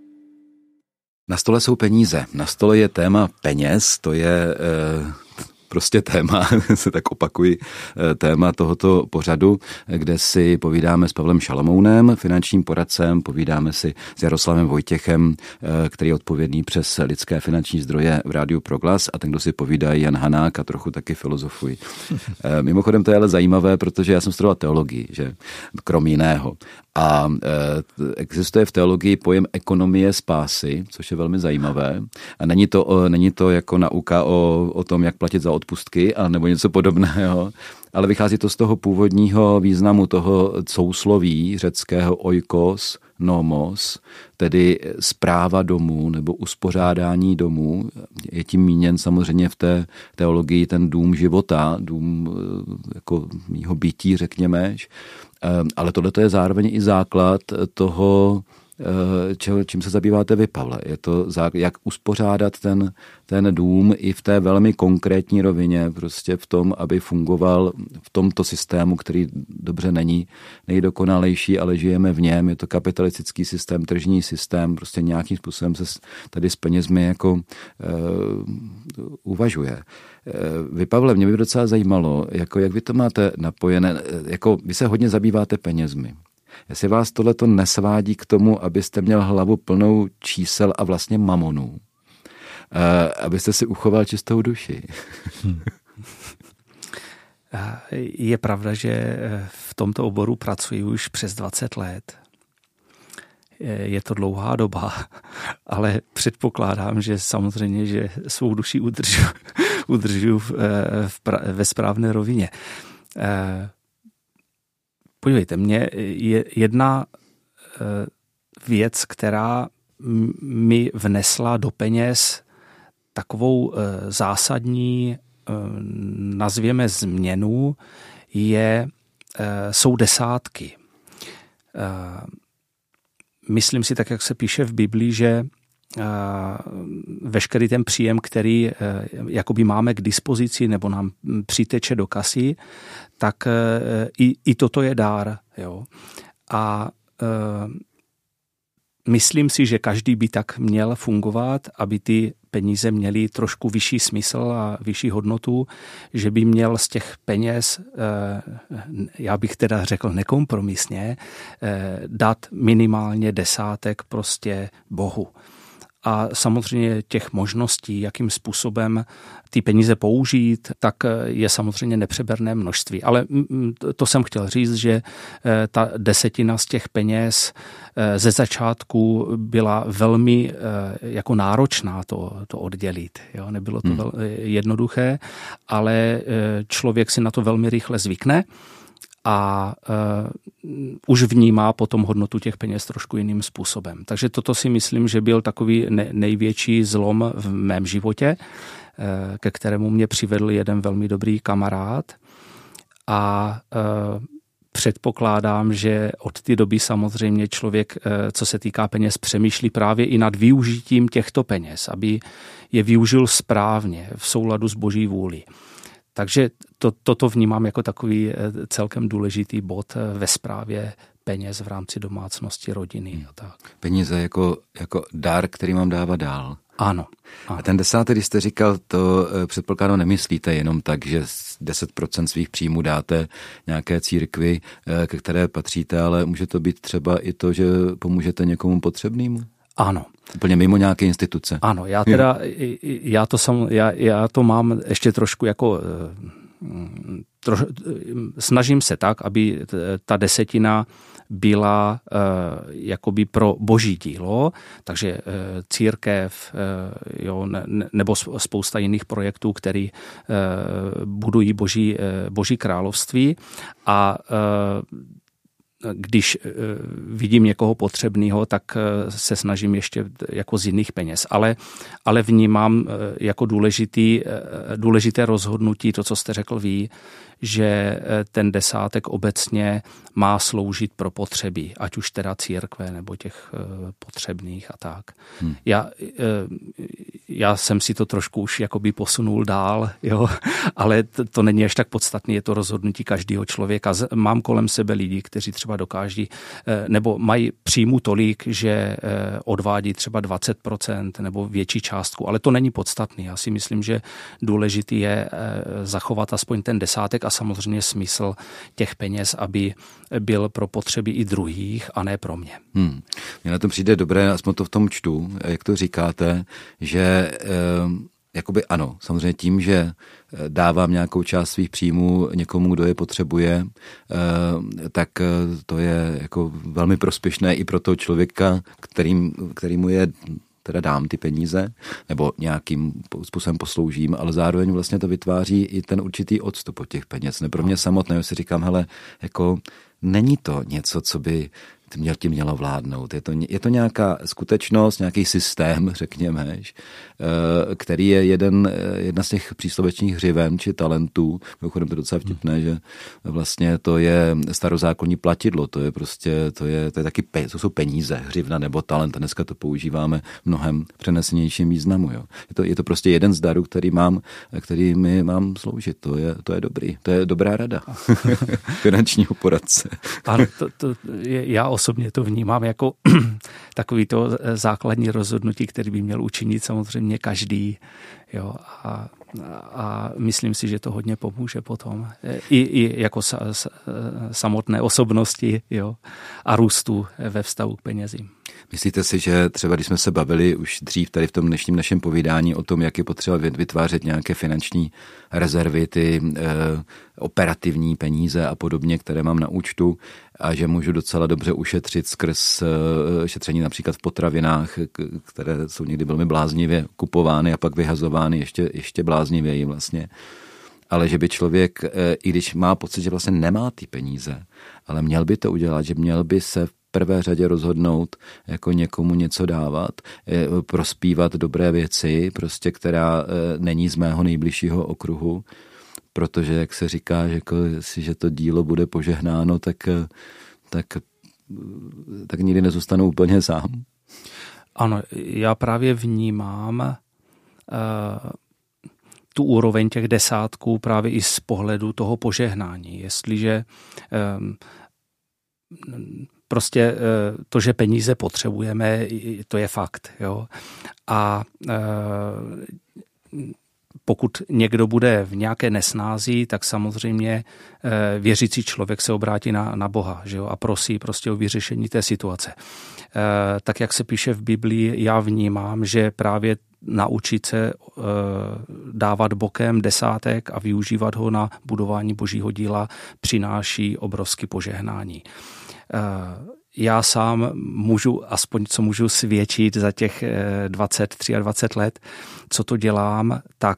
Na stole jsou peníze. Na stole je téma peněz, to je prostě téma, se tak opakuji, téma tohoto pořadu, kde si povídáme s Pavlem Šalomounem, finančním poradcem, povídáme si s Jaroslavem Vojtěchem, který je odpovědný přes lidské finanční zdroje v Rádiu Proglas, a ten, kdo si povídá, Jan Hanák, a trochu taky filozofuji. Mimochodem to je ale zajímavé, protože já jsem studoval teologii, že krom jiného. A existuje v teologii pojem ekonomie spásy, což je velmi zajímavé. A není to jako nauka o tom, jak platit za odpustky, a nebo něco podobného, ale vychází to z toho původního významu toho sousloví řeckého oikos, nomos, tedy správa domů nebo uspořádání domů. Je tím míněn samozřejmě v té teologii ten dům života, dům jako mýho bytí, řekněme. Ale tohle je zároveň i základ toho, čím se zabýváte vy, Pavle. Je to, jak uspořádat ten dům i v té velmi konkrétní rovině, prostě v tom, aby fungoval v tomto systému, který dobře není nejdokonalejší, ale žijeme v něm. Je to kapitalistický systém, tržní systém, prostě nějakým způsobem se tady s penězmi jako uvažuje. Vy, Pavle, mě by docela zajímalo, jako jak vy to máte napojené, jako vy se hodně zabýváte penězmi. Jestli vás tohleto nesvádí k tomu, abyste měl hlavu plnou čísel a vlastně mamonů, abyste si uchoval čistou duši. Je pravda, že v tomto oboru pracuji už přes 20 let. Je to dlouhá doba, ale předpokládám, že samozřejmě, že svou duši udržuji ve správné rovině. Podívejte, mě je jedna věc, která mi vnesla do peněz takovou zásadní, nazvěme změnu, jsou desátky. Myslím si, tak jak se píše v Biblii, že veškerý ten příjem, který jakoby máme k dispozici nebo nám přiteče do kasy, tak i toto je dár. Jo. A myslím si, že každý by tak měl fungovat, aby ty peníze měly trošku vyšší smysl a vyšší hodnotu, že by měl z těch peněz, já bych teda řekl nekompromisně, dát minimálně 10 prostě Bohu. A samozřejmě těch možností, jakým způsobem ty peníze použít, tak je samozřejmě nepřeberné množství. Ale to jsem chtěl říct, že ta 10 z těch peněz ze začátku byla velmi jako náročná to oddělit. Jo? Nebylo to jednoduché, ale člověk si na to velmi rychle zvykne a už vnímá potom hodnotu těch peněz trošku jiným způsobem. Takže toto si myslím, že byl takový největší zlom v mém životě, ke kterému mě přivedl jeden velmi dobrý kamarád a předpokládám, že od té doby samozřejmě člověk, co se týká peněz, přemýšlí právě i nad využitím těchto peněz, aby je využil správně v souladu s Boží vůlí. Takže toto vnímám jako takový celkem důležitý bod ve správě peněz v rámci domácnosti, rodiny a tak. Peníze jako dar, který mám dávat dál. Ano. A ten 10., když jste říkal, to předpokládám nemyslíte jenom tak, že 10% svých příjmů dáte nějaké církvi, ke které patříte, ale může to být třeba i to, že pomůžete někomu potřebnému? Ano. Úplně mimo nějaké instituce. Ano, já to mám ještě trošku jako snažím se tak, aby ta 10 byla jakoby pro Boží dílo, takže církev nebo spousta jiných projektů, které budují Boží království a když vidím někoho potřebného, tak se snažím ještě jako z jiných peněz. Ale vnímám jako důležité rozhodnutí, to, co jste řekl vy, že ten 10 obecně má sloužit pro potřeby, ať už teda církve nebo těch potřebných a tak. Já jsem si to trošku už jakoby posunul dál, jo, ale to není až tak podstatné, je to rozhodnutí každého člověka. Mám kolem sebe lidi, kteří třeba třeba dokáží, nebo mají příjmu tolik, že odvádí třeba 20% nebo větší částku, ale to není podstatný. Já si myslím, že důležitý je zachovat aspoň ten desátek a samozřejmě smysl těch peněz, aby byl pro potřeby i druhých a ne pro mě. Mně na tom přijde dobré, aspoň to v tom čtu, jak to říkáte, že jakoby ano, samozřejmě tím, že dávám nějakou část svých příjmů někomu, kdo je potřebuje, tak to je jako velmi prospěšné i pro toho člověka, kterýmu je teda dám ty peníze, nebo nějakým způsobem posloužím, ale zároveň vlastně to vytváří i ten určitý odstup od těch peněz. Ne pro mě samotného si říkám, hele, jako není to něco, co by tím mělo vládnout. Je to nějaká skutečnost, nějaký systém, řekněme, který je jedna z těch příslovečních hřiven či talentů. Mimochodem to je docela vtipné, že vlastně to je starozákonní platidlo, to je prostě, to je taky, to jsou peníze, hřivna nebo talent. A dneska to používáme v mnohem přenesenějším významu. Jo. Je to prostě jeden z darů, který mi mám sloužit. To je dobrý. To je dobrá rada finančního poradce. Ano, já osobně to vnímám jako takový to základní rozhodnutí, který by měl učinit samozřejmě každý. Jo, a myslím si, že to hodně pomůže potom. I jako samotné osobnosti, jo, a růstu ve vztahu k penězím. Myslíte si, že třeba když jsme se bavili už dřív tady v tom dnešním našem povídání o tom, jak je potřeba vytvářet nějaké finanční rezervy, ty operativní peníze a podobně, které mám na účtu, a že můžu docela dobře ušetřit skrz šetření například v potravinách, které jsou někdy velmi bláznivě kupovány a pak vyhazovány ještě bláznivěji vlastně. Ale že by člověk, i když má pocit, že vlastně nemá ty peníze, ale měl by to udělat, že měl by se v prvé řadě rozhodnout jako někomu něco dát, prospívat dobré věci, prostě která není z mého nejbližšího okruhu, protože, jak se říká, že to dílo bude požehnáno, tak nikdy nezůstanu úplně sám. Ano, já právě vnímám tu úroveň těch desátků právě i z pohledu toho požehnání. Jestliže prostě to, že peníze potřebujeme, to je fakt. Jo? A pokud někdo bude v nějaké nesnázi, tak samozřejmě věřící člověk se obrátí na Boha, že jo? A prosí prostě o vyřešení té situace. Tak, jak se píše v Biblii, já vnímám, že právě naučit se dávat bokem desátek a využívat ho na budování božího díla přináší obrovské požehnání. Já sám můžu, aspoň co můžu svědčit za těch 23 let, co to dělám, tak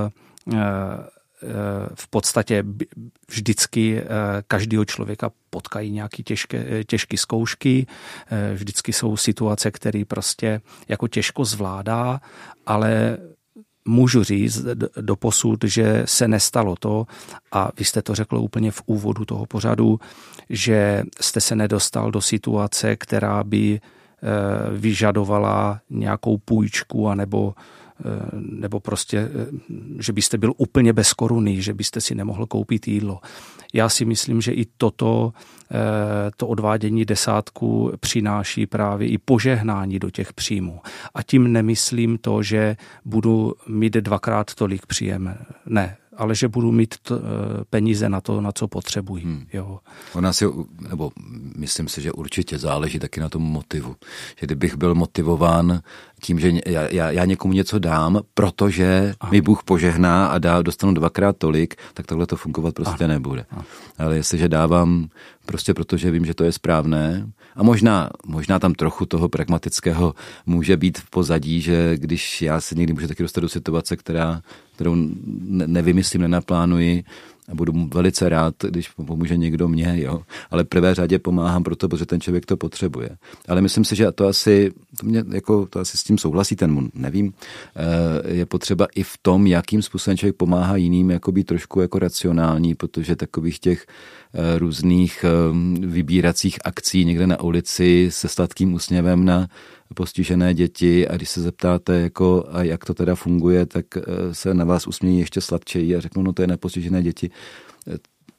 v podstatě vždycky každého člověka potkají nějaké těžké zkoušky, vždycky jsou situace, které prostě jako těžko zvládá, ale můžu říct doposud, že se nestalo to, a vy jste to řekl úplně v úvodu toho pořadu, že jste se nedostal do situace, která by vyžadovala nějakou půjčku nebo prostě, že byste byl úplně bez koruny, že byste si nemohl koupit jídlo. Já si myslím, že i to odvádění desátku přináší právě i požehnání do těch příjmů. A tím nemyslím to, že budu mít dvakrát tolik příjem. Ne, ale že budu mít peníze na to, na co potřebuji. Jo. Nebo myslím si, že určitě záleží taky na tom motivu. Že kdybych byl motivován tím, že já někomu něco dám, protože mi Bůh požehná a dostanu dvakrát tolik, tak tohle to fungovat prostě nebude. Ale jestliže dávám prostě protože vím, že to je správné, a možná tam trochu toho pragmatického může být v pozadí, že když já se někdy můžu taky dostat do situace, kterou nevymyslím, nenaplánuji, a budu velice rád, když pomůže někdo mě, jo. Ale v prvé řadě pomáhám proto, protože ten člověk to potřebuje. Ale myslím si, že to asi s tím souhlasí, nevím, je potřeba i v tom, jakým způsobem člověk pomáhá jiným, jako být trošku jako racionální, protože takových těch různých vybíracích akcí někde na ulici se sladkým úsměvem na postižené děti, a když se zeptáte, a jak to teda funguje, tak se na vás usmějí ještě sladčeji a řeknou, no to je na postižené děti.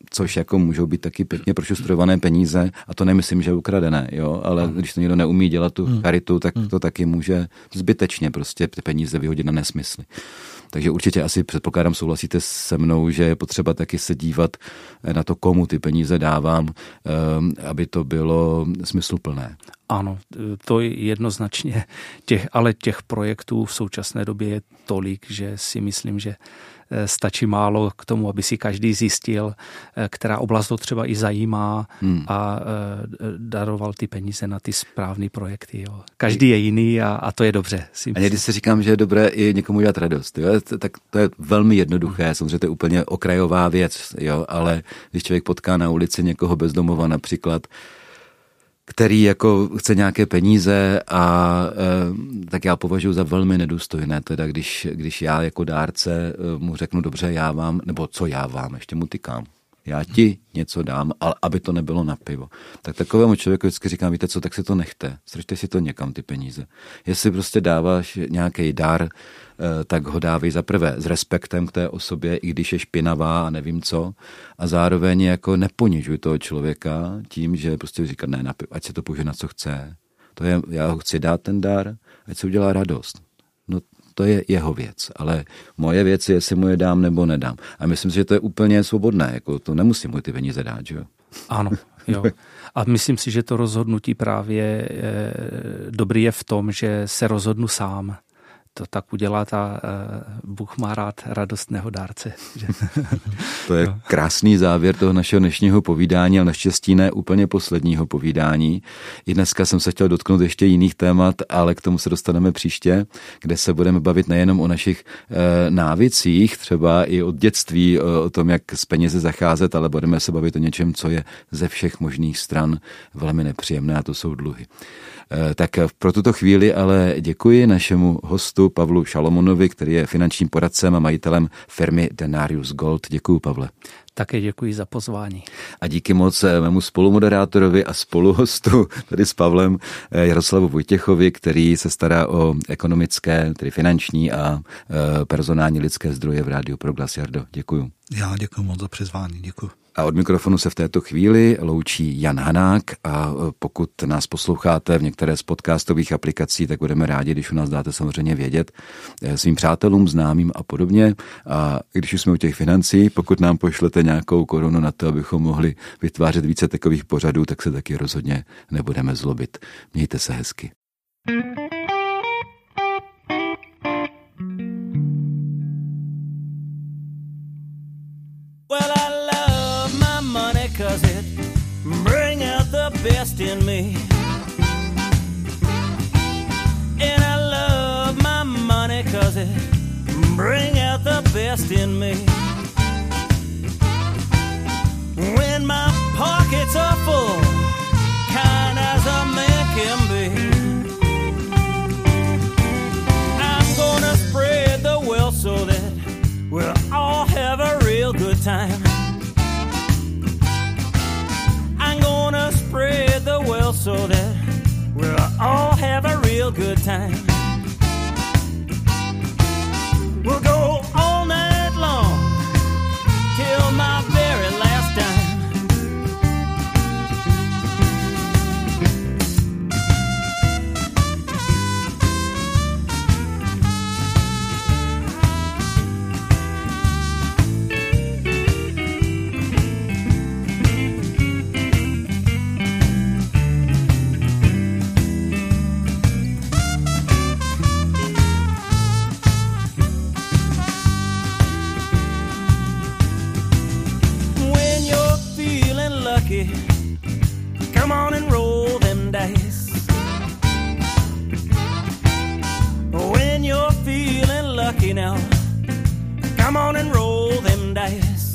což jako můžou být taky pěkně prošustrované peníze a to nemyslím, že je ukradené, jo, ale když to někdo neumí dělat tu charitu, tak to taky může zbytečně prostě ty peníze vyhodit na nesmysly. Takže určitě asi předpokládám, souhlasíte se mnou, že je potřeba taky se dívat na to, komu ty peníze dávám, aby to bylo smysluplné. Ano, to je jednoznačně. Ale těch projektů v současné době je tolik, že si myslím, že stačí málo k tomu, aby si každý zjistil, která oblast to třeba i zajímá a daroval ty peníze na ty správné projekty. Jo. Každý je jiný a to je dobře. A někdy si říkám, že je dobré i někomu dělat radost. Jo? Tak to je velmi jednoduché, samozřejmě to je úplně okrajová věc, jo? Ale když člověk potká na ulici někoho bezdomova například, který jako chce nějaké peníze tak já považuji za velmi nedůstojné, teda když já jako dárce mu řeknu dobře, já vám, nebo co já vám, ještě mu tykám. Já ti něco dám, ale aby to nebylo na pivo. Tak takovému člověku vždycky říkám, víte co, tak si to nechte. Strašte si to někam, ty peníze. Jestli prostě dáváš nějaký dar, tak ho dávej za prvé s respektem k té osobě, i když je špinavá a nevím co. A zároveň jako neponižuj toho člověka tím, že prostě říká ne na pivo, ať se to použije na co chce. Já ho chci dát ten dar, ať se udělá radost. No to je jeho věc, ale moje věc je, jestli mu je dám nebo nedám. A myslím si, že to je úplně svobodné, jako to nemusím mu ty peníze dát, že jo? Ano, jo. A myslím si, že to rozhodnutí právě dobrý je v tom, že se rozhodnu sám. To tak udělat a Bůh má rád radostného dárce. To je krásný závěr toho našeho dnešního povídání, ale naštěstí ne úplně posledního povídání. I dneska jsem se chtěl dotknout ještě jiných témat, ale k tomu se dostaneme příště, kde se budeme bavit nejenom o našich návicích, třeba i od dětství, o tom, jak s penězi zacházet, ale budeme se bavit o něčem, co je ze všech možných stran velmi nepříjemné, a to jsou dluhy. Tak pro tuto chvíli ale děkuji našemu hostu Pavlu Šalomonovi, který je finančním poradcem a majitelem firmy Denarius Gold. Děkuji, Pavle. Také děkuji za pozvání. A díky moc mému spolumoderátorovi a spoluhostu, tady s Pavlem, Jaroslavu Vojtěchovi, který se stará o ekonomické, tedy finanční a personální lidské zdroje v Rádiu Proglas. Jardo, děkuji. Já děkuji moc za přizvání, děkuji. A od mikrofonu se v této chvíli loučí Jan Hanák a pokud nás posloucháte v některé z podcastových aplikací, tak budeme rádi, když u nás dáte samozřejmě vědět svým přátelům, známým a podobně. A když už jsme u těch financí, pokud nám pošlete nějakou korunu na to, abychom mohli vytvářet více takových pořadů, tak se taky rozhodně nebudeme zlobit. Mějte se hezky. Cause it bring out the best in me. And I love my money cause it bring out the best in me. When my pockets are full, kind as a man can be, I'm gonna spread the wealth so that we'll all have a real good time. Spread the wealth so that we'll all have a real good time. We'll go all night long till my very last dime. Come on and roll them dice. When you're feeling lucky now, come on and roll them dice.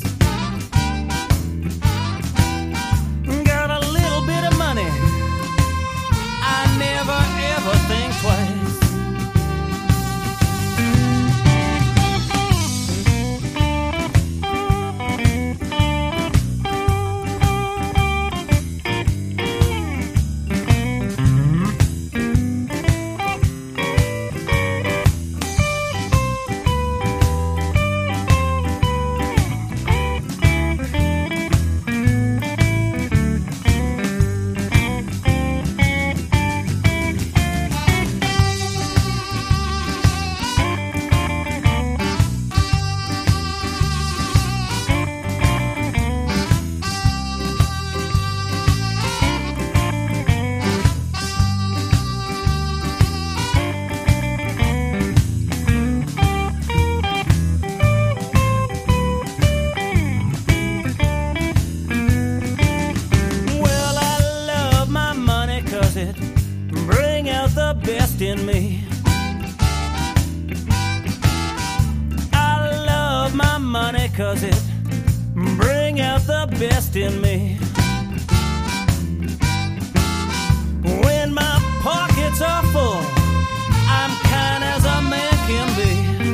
Got a little bit of money, I never ever think twice. best in me. I love my money 'cause it bring out the best in me. When my pockets are full, I'm kind as a man can be.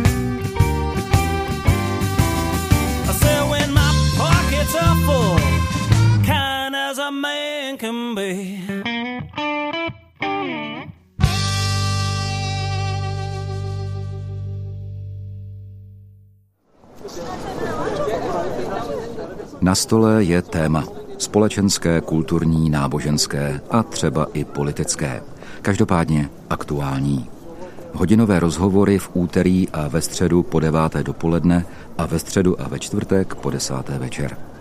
I say when my pockets are full, kind as a man can be. Na stole je téma. Společenské, kulturní, náboženské a třeba i politické. Každopádně aktuální. Hodinové rozhovory v úterý a ve středu po 9. dopoledne a ve středu a ve čtvrtek po 10. večer.